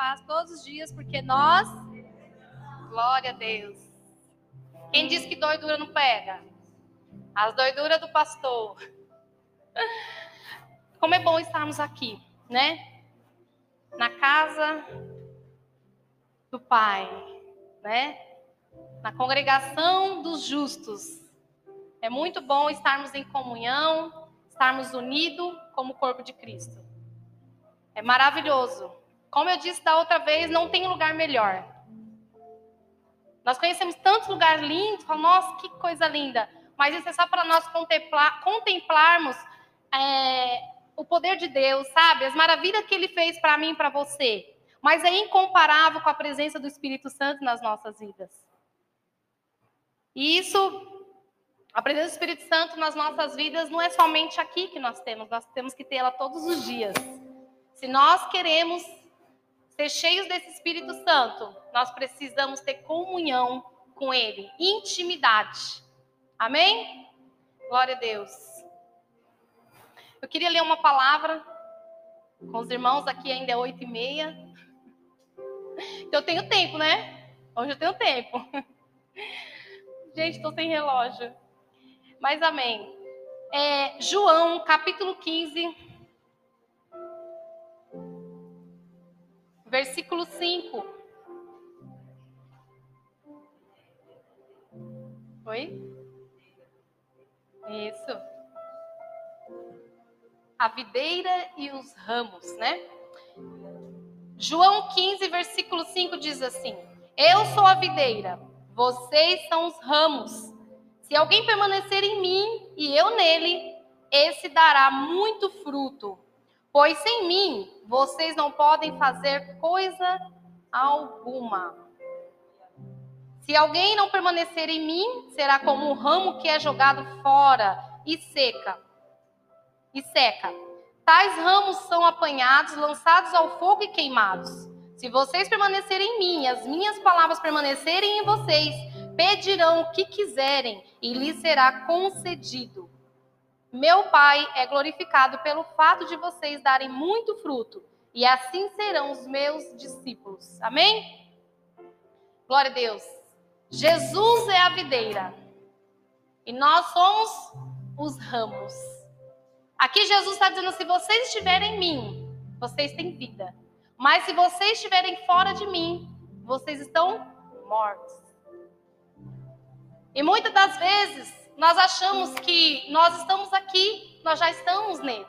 faz todos os dias, porque nós... Glória a Deus. Quem diz que doidura não pega? As doiduras do pastor. Como é bom estarmos aqui, né? Na casa do Pai, né? Na congregação dos justos. É muito bom estarmos em comunhão, estarmos unidos como o corpo de Cristo. É maravilhoso. Como eu disse da outra vez, não tem lugar melhor. Nós conhecemos tantos lugares lindos, falamos, nossa, que coisa linda. Mas isso é só para nós contemplarmos o poder de Deus, sabe? As maravilhas que Ele fez para mim e para você. Mas é incomparável com a presença do Espírito Santo nas nossas vidas. E isso, a presença do Espírito Santo nas nossas vidas não é somente aqui que nós temos que tê-la todos os dias. Se nós queremos ser cheios desse Espírito Santo, nós precisamos ter comunhão com Ele, intimidade. Amém? Glória a Deus. Eu queria ler uma palavra com os irmãos, aqui ainda é 8h30. Então eu tenho tempo, né? Hoje eu tenho tempo. Gente, estou sem relógio. Mas amém. João, capítulo 15, versículo 5. Oi? Isso. A videira e os ramos, né? João 15, versículo 5 diz assim: Eu sou a videira, vocês são os ramos. Se alguém permanecer em mim e eu nele, esse dará muito fruto. Pois sem mim, vocês não podem fazer coisa alguma. Se alguém não permanecer em mim, será como um ramo que é jogado fora e seca. Tais ramos são apanhados, lançados ao fogo e queimados. Se vocês permanecerem em mim, as minhas palavras permanecerem em vocês, pedirão o que quiserem e lhes será concedido. Meu Pai é glorificado pelo fato de vocês darem muito fruto, e assim serão os meus discípulos. Amém? Glória a Deus. Jesus é a videira e nós somos os ramos. Aqui Jesus está dizendo, se vocês estiverem em mim, vocês têm vida. Mas se vocês estiverem fora de mim, vocês estão mortos. E muitas das vezes, nós achamos que nós estamos aqui, nós já estamos nele.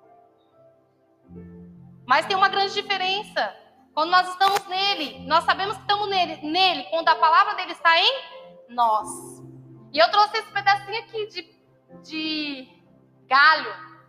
Mas tem uma grande diferença. Quando nós estamos nele, nós sabemos que estamos nele quando a palavra dele está em nós. E eu trouxe esse pedacinho aqui de galho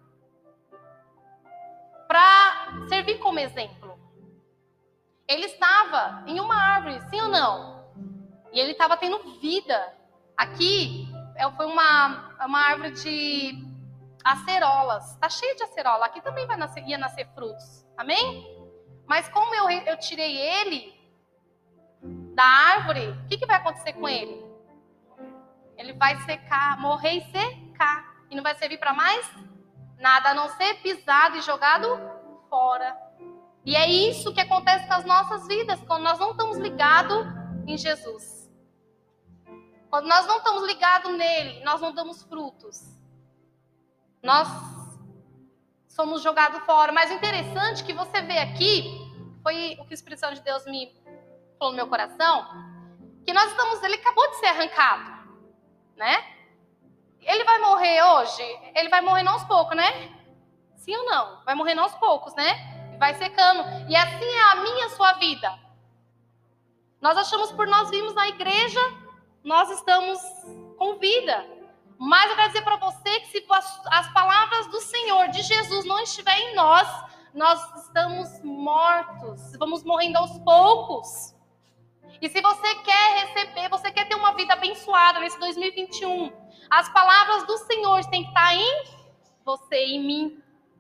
para servir como exemplo. Ele estava em uma árvore, sim ou não? E ele estava tendo vida. Aqui foi uma árvore de acerolas. Está cheio de acerola. Aqui também ia nascer frutos. Amém? Mas como eu tirei ele da árvore, o que vai acontecer com ele? Ele vai secar, morrer e secar. E não vai servir para mais nada, a não ser pisado e jogado fora. E é isso que acontece com as nossas vidas, quando nós não estamos ligados em Jesus. Quando nós não estamos ligados nele, nós não damos frutos. Nós somos jogados fora. Mas o interessante que você vê aqui, foi o que o Espírito Santo de Deus me falou no meu coração, que ele acabou de ser arrancado, né? Ele vai morrer hoje? Ele vai morrendo aos poucos, né? Sim ou não? Vai morrendo aos poucos, né? Vai secando. E assim é a minha e a sua vida. Nós achamos por nós vimos na igreja, nós estamos com vida. Mas eu quero dizer para você que se as palavras do Senhor, de Jesus, não estiverem em nós, nós estamos mortos. Vamos morrendo aos poucos. E se você quer receber, você quer ter uma vida abençoada nesse 2021, as palavras do Senhor têm que estar em você, em mim.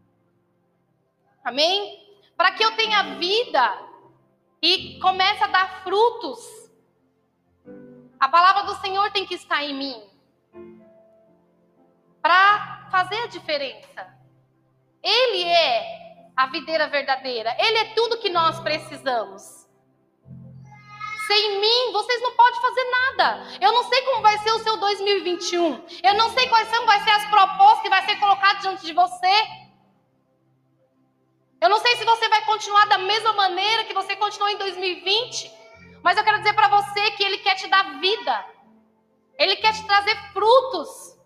Amém? Para que eu tenha vida e comece a dar frutos, a palavra do Senhor tem que estar em mim. Para fazer a diferença. Ele é a videira verdadeira. Ele é tudo que nós precisamos. Sem mim, vocês não podem fazer nada. Eu não sei como vai ser o seu 2021. Eu não sei quais vão ser as propostas que vai ser colocadas diante de você. Eu não sei se você vai continuar da mesma maneira que você continuou em 2020. Mas eu quero dizer para você que Ele quer te dar vida. Ele quer te trazer frutos.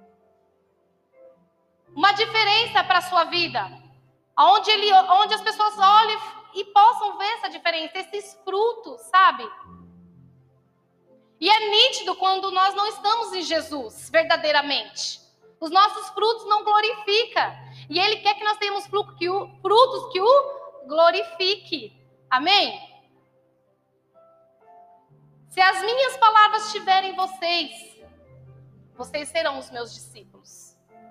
Uma diferença para a sua vida. Onde as pessoas olhem e possam ver essa diferença, esses frutos, sabe? E é nítido quando nós não estamos em Jesus, verdadeiramente. Os nossos frutos não glorificam. E Ele quer que nós tenhamos frutos que o glorifique. Amém? Se as minhas palavras estiverem em vocês serão os meus discípulos.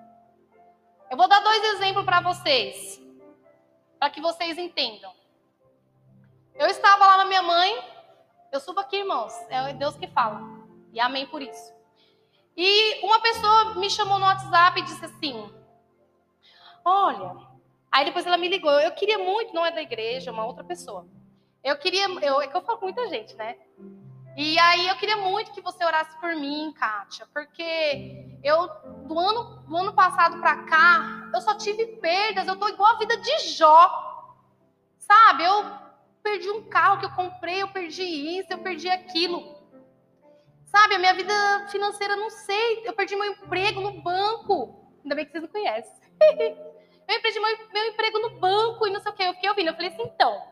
Eu vou dar 2 exemplos para vocês, para que vocês entendam. Eu estava lá na minha mãe, eu subo aqui, irmãos, é Deus que fala, e amém por isso. E uma pessoa me chamou no WhatsApp e disse assim, olha, aí depois ela me ligou, eu queria muito, não é da igreja, é uma outra pessoa. É que eu falo com muita gente, né? E aí eu queria muito que você orasse por mim, Kátia, porque eu, do ano passado para cá, eu só tive perdas, eu tô igual a vida de Jó, sabe? Eu perdi um carro que eu comprei, eu perdi isso, eu perdi aquilo. Sabe, a minha vida financeira, não sei, eu perdi meu emprego no banco, ainda bem que vocês não conhecem. Eu perdi meu emprego no banco e não sei o que, eu fiquei ouvindo, eu falei assim, então...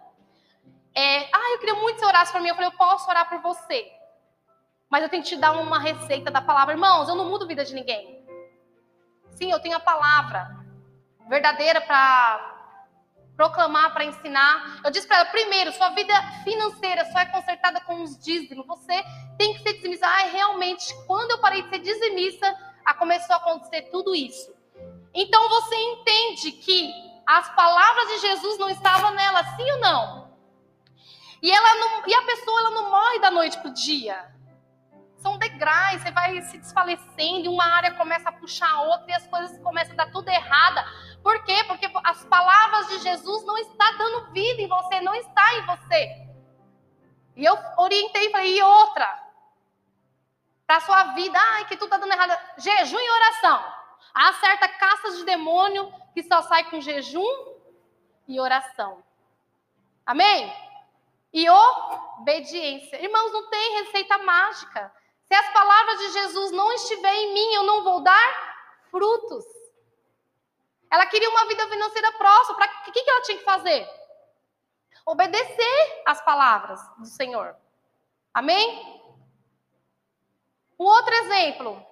eu queria muito que você orasse por mim. Eu falei, eu posso orar por você, mas eu tenho que te dar uma receita da palavra. Irmãos, eu não mudo a vida de ninguém. Sim, eu tenho a palavra verdadeira para proclamar, para ensinar. Eu disse para ela, primeiro, sua vida financeira só é consertada com os dízimos. Você tem que ser dizimista. Realmente, quando eu parei de ser dizimista, começou a acontecer tudo isso. Então você entende que as palavras de Jesus não estavam nela, sim ou não? E a pessoa ela não morre da noite para o dia. São degraus, você vai se desfalecendo, e uma área começa a puxar a outra e as coisas começam a dar tudo errada. Por quê? Porque as palavras de Jesus não estão dando vida em você, não está em você. E eu orientei e falei, e outra? Para a sua vida, que tudo está dando errado. Jejum e oração. Há certa castas de demônio que só sai com jejum e oração. Amém? E obediência. Irmãos, não tem receita mágica. Se as palavras de Jesus não estiverem em mim, eu não vou dar frutos. Ela queria uma vida financeira próspera. O que ela tinha que fazer? Obedecer às palavras do Senhor. Amém? Um outro exemplo.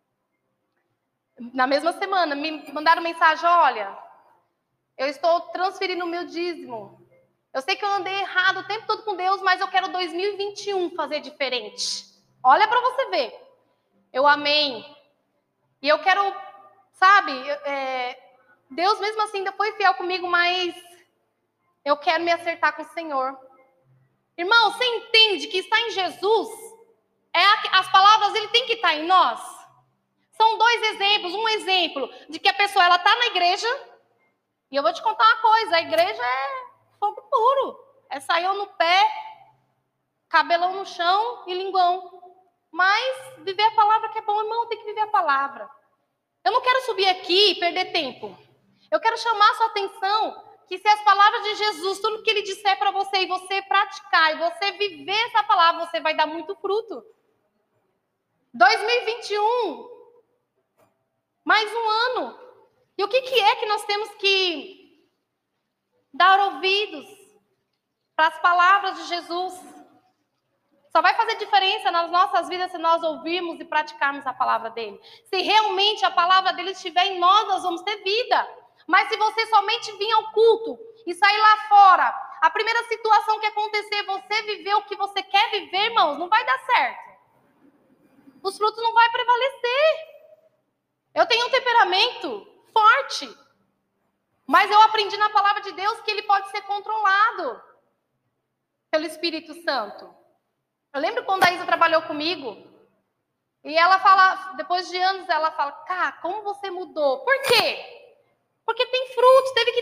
Na mesma semana, me mandaram mensagem, olha, eu estou transferindo o meu dízimo. Eu sei que eu andei errado o tempo todo com Deus, mas eu quero 2021 fazer diferente. Olha para você ver. Eu amei. E eu quero, sabe, Deus mesmo assim ainda foi fiel comigo, mas eu quero me acertar com o Senhor. Irmão, você entende que está em Jesus? As palavras, ele tem que estar em nós. São 2 exemplos. Um exemplo de que a pessoa ela está na igreja. E eu vou te contar uma coisa. A igreja é fogo puro. É saião no pé, cabelão no chão e linguão. Mas viver a palavra que é bom, irmão, tem que viver a palavra. Eu não quero subir aqui e perder tempo. Eu quero chamar a sua atenção que se as palavras de Jesus, tudo que ele disser para você e você praticar e você viver essa palavra, você vai dar muito fruto. 2021, mais um ano. E o que é que nós temos que dar ouvidos para as palavras de Jesus? Só vai fazer diferença nas nossas vidas se nós ouvirmos e praticarmos a palavra dele. Se realmente a palavra dele estiver em nós, nós vamos ter vida. Mas se você somente vir ao culto e sair lá fora, a primeira situação que acontecer, você viver o que você quer viver, irmãos, não vai dar certo. Os frutos não vão prevalecer. Eu tenho um temperamento forte, mas eu aprendi na palavra de Deus que ele pode ser controlado pelo Espírito Santo. Eu lembro quando a Isa trabalhou comigo, e ela fala, depois de anos, ela fala, Cá, como você mudou? Por quê? Porque tem frutos, teve que ter frutos.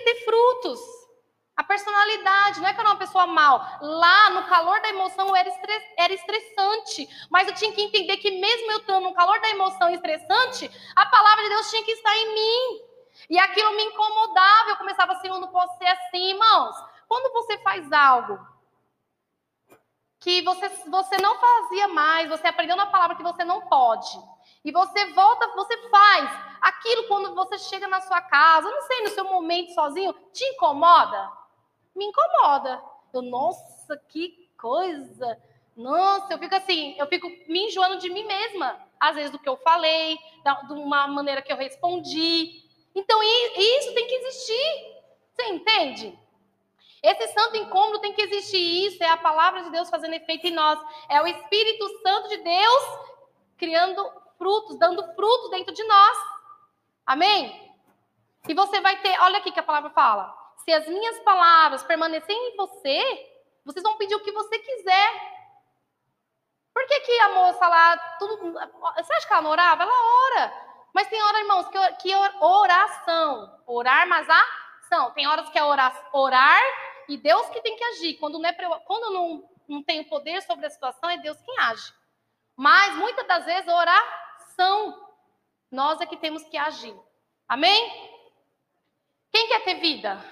frutos. A personalidade, não é que eu era uma pessoa mal. Lá, no calor da emoção, eu era estressante. Mas eu tinha que entender que mesmo eu estando no calor da emoção estressante, a palavra de Deus tinha que estar em mim. E aquilo me incomodava. Eu começava assim, eu não posso ser assim, irmãos. Quando você faz algo que você não fazia mais, você aprendeu na palavra que você não pode, e você volta, você faz aquilo quando você chega na sua casa, eu não sei, no seu momento sozinho, te incomoda? Me incomoda. Nossa, que coisa. Nossa, eu fico assim, eu fico me enjoando de mim mesma. Às vezes do que eu falei, de uma maneira que eu respondi. Então, isso tem que existir. Você entende? Esse santo incômodo tem que existir. Isso é a palavra de Deus fazendo efeito em nós. É o Espírito Santo de Deus criando frutos, dando frutos dentro de nós. Amém? E você vai ter, olha aqui que a palavra fala. Se as minhas palavras permanecerem em você, vocês vão pedir o que você quiser. Por que a moça lá, você acha que ela não orava? Ela ora. Mas tem hora, irmãos, que oração. Orar, mas ação. Tem horas que é orar e Deus que tem que agir. Quando não tem o poder sobre a situação, é Deus quem age. Mas, muitas das vezes, oração. Nós é que temos que agir. Amém? Quem quer ter vida?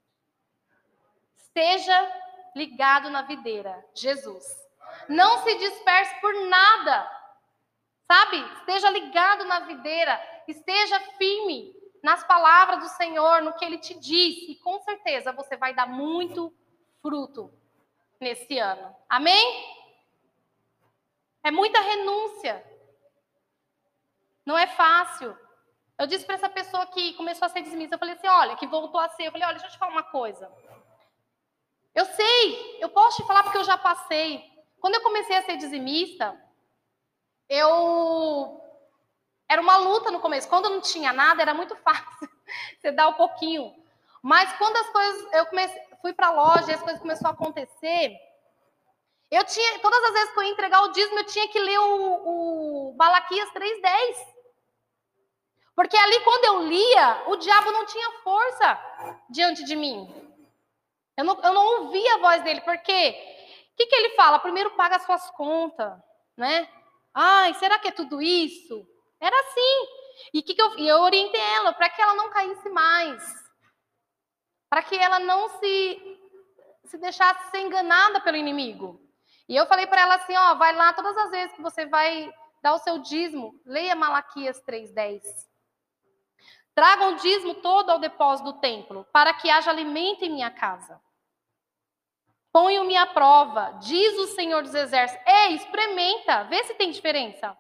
Esteja ligado na videira, Jesus. Não se disperse por nada, sabe? Esteja ligado na videira, esteja firme nas palavras do Senhor, no que Ele te diz, e com certeza você vai dar muito fruto nesse ano. Amém? É muita renúncia. Não é fácil. Eu disse para essa pessoa que começou a ser dizimista, eu falei assim, olha, que voltou a ser, eu falei, olha, deixa eu te falar uma coisa. Eu sei, eu posso te falar porque eu já passei. Quando eu comecei a ser dizimista, era uma luta no começo. Quando não tinha nada, era muito fácil você dar um pouquinho. Mas quando as coisas, fui para a loja e as coisas começaram a acontecer, todas as vezes que eu ia entregar o dízimo, eu tinha que ler o Malaquias 3:10. Porque ali, quando eu lia, o diabo não tinha força diante de mim. Eu não ouvia a voz dele, porque o que ele fala? Primeiro paga as suas contas, né? Ai, será que é tudo isso? Era assim. E eu orientei ela para que ela não caísse mais. Para que ela não se deixasse ser enganada pelo inimigo. E eu falei para ela assim, ó, vai lá todas as vezes que você vai dar o seu dízimo, leia Malaquias 3:10. Tragam o dízimo todo ao depósito do templo, para que haja alimento em minha casa. Ponham-me à prova, diz o Senhor dos Exércitos. Ei, experimenta, vê se tem diferença.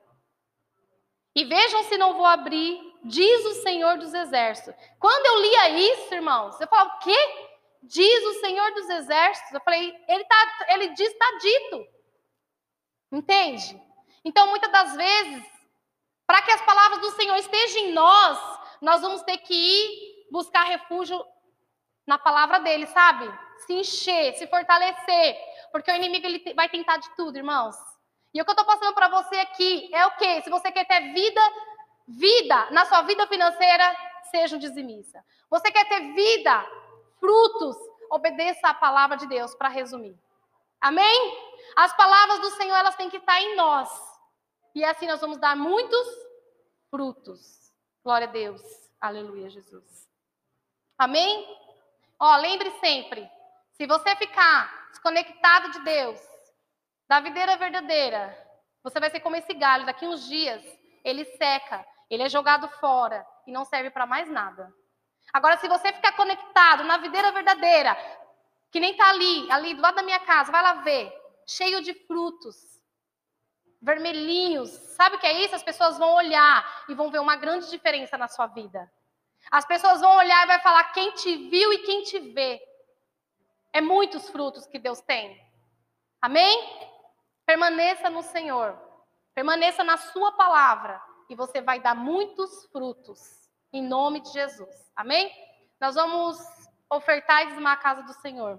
E vejam se não vou abrir, diz o Senhor dos Exércitos. Quando eu lia isso, irmãos, eu falava, o quê? Diz o Senhor dos Exércitos. Eu falei, ele diz, está dito. Entende? Então, muitas das vezes, para que as palavras do Senhor estejam em nós vamos ter que ir buscar refúgio na palavra dele, sabe? Se encher, se fortalecer. Porque o inimigo ele vai tentar de tudo, irmãos. E o que eu estou passando para você aqui é o quê? Se você quer ter vida na sua vida financeira, seja um dizimista. Você quer ter vida, frutos, obedeça a palavra de Deus, para resumir. Amém? As palavras do Senhor, elas têm que estar em nós. E assim nós vamos dar muitos frutos. Glória a Deus. Aleluia, Jesus. Amém? Ó, lembre sempre, se você ficar desconectado de Deus, da videira verdadeira, você vai ser como esse galho, daqui uns dias, ele seca, ele é jogado fora e não serve para mais nada. Agora, se você ficar conectado na videira verdadeira, que nem tá ali do lado da minha casa, vai lá ver, cheio de frutos, vermelhinhos, sabe o que é isso? As pessoas vão olhar e vão ver uma grande diferença na sua vida. As pessoas vão olhar e vai falar quem te viu e quem te vê. É muitos frutos que Deus tem. Amém? Permaneça no Senhor. Permaneça na sua palavra. E você vai dar muitos frutos. Em nome de Jesus. Amém? Nós vamos ofertar e dizimar a casa do Senhor.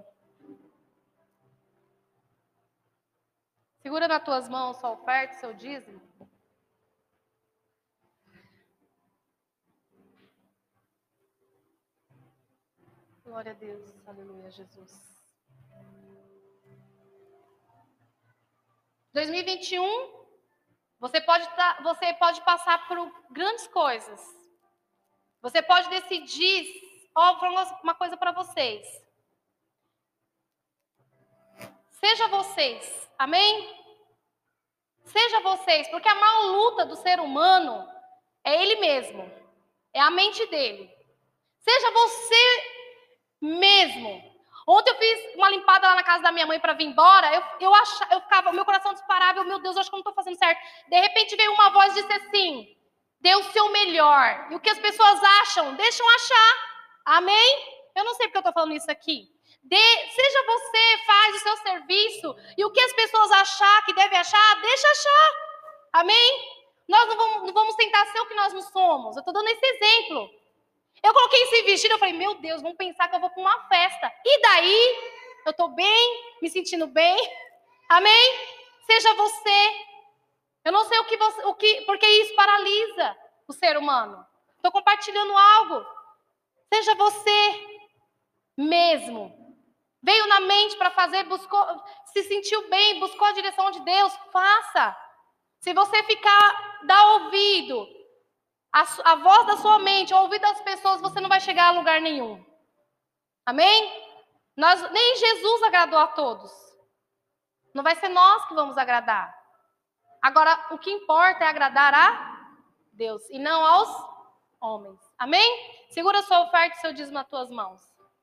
Segura nas tuas mãos sua oferta, seu dízimo. Glória a Deus. Aleluia, Jesus. 2021, você pode passar por grandes coisas. Você pode decidir. Vou falar uma coisa para vocês. Seja vocês, amém? Seja vocês, porque a maior luta do ser humano é ele mesmo, é a mente dele. Seja você mesmo. Ontem eu fiz uma limpada lá na casa da minha mãe para vir embora. Eu ficava, meu coração disparava. Meu Deus, eu acho que eu não estou fazendo certo. De repente veio uma voz e disse assim: dê o seu melhor. E o que as pessoas acham, deixam achar. Amém? Eu não sei porque eu estou falando isso aqui. Seja você, faz o seu serviço. E o que as pessoas achar que deve achar, deixa achar. Amém? Nós não vamos tentar ser o que nós não somos. Eu estou dando esse exemplo. Eu coloquei esse vestido, eu falei, meu Deus, vão pensar que eu vou para uma festa. E daí? Eu estou bem, me sentindo bem. Amém? Seja você. Eu não sei porque isso paralisa o ser humano. Estou compartilhando algo. Seja você mesmo. Veio na mente para fazer, se sentiu bem, buscou a direção de Deus, faça. Se você dar ouvido a voz da sua mente, o ouvido das pessoas, você não vai chegar a lugar nenhum. Amém? Nem Jesus agradou a todos. Não vai ser nós que vamos agradar. Agora, o que importa é agradar a Deus e não aos homens. Amém? Segura a sua oferta e seu dízimo nas tuas mãos.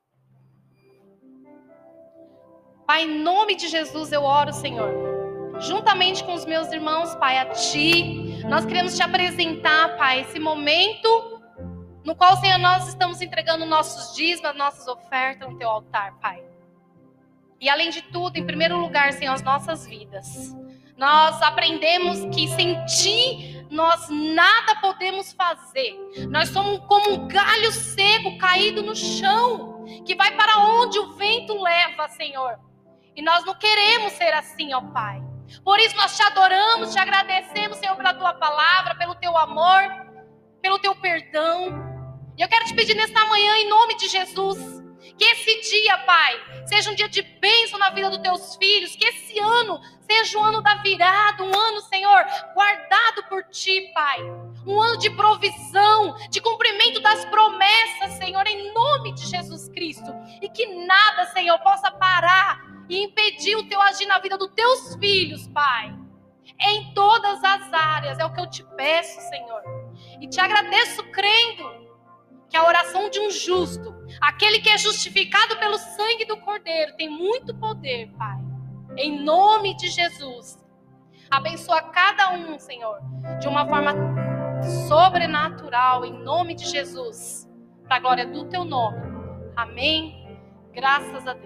Pai, em nome de Jesus eu oro, Senhor. Juntamente com os meus irmãos, Pai, a Ti, nós queremos Te apresentar, Pai, esse momento no qual, Senhor, nós estamos entregando nossos dízimos, nossas ofertas no Teu altar, Pai. E além de tudo, em primeiro lugar, Senhor, as nossas vidas. Nós aprendemos que sem Ti nós nada podemos fazer. Nós somos como um galho seco caído no chão, que vai para onde o vento leva, Senhor. E nós não queremos ser assim, ó Pai. Por isso nós Te adoramos, Te agradecemos, Senhor, pela Tua palavra, pelo Teu amor, pelo Teu perdão. E eu quero Te pedir nesta manhã, em nome de Jesus, que esse dia, Pai, seja um dia de bênção na vida dos Teus filhos, que esse ano seja um ano da virada, um ano, Senhor, guardado por Ti, Pai. Um ano de provisão, de cumprimento das promessas, Senhor, em nome de Jesus Cristo. E que nada, Senhor, possa parar e impedir o Teu agir na vida dos Teus filhos, Pai. Em todas as áreas, é o que eu Te peço, Senhor. E Te agradeço crendo que a oração de um justo, aquele que é justificado pelo sangue do Cordeiro, tem muito poder, Pai. Em nome de Jesus. Abençoa cada um, Senhor, de uma forma sobrenatural, em nome de Jesus. Para a glória do Teu nome. Amém. Graças a Deus.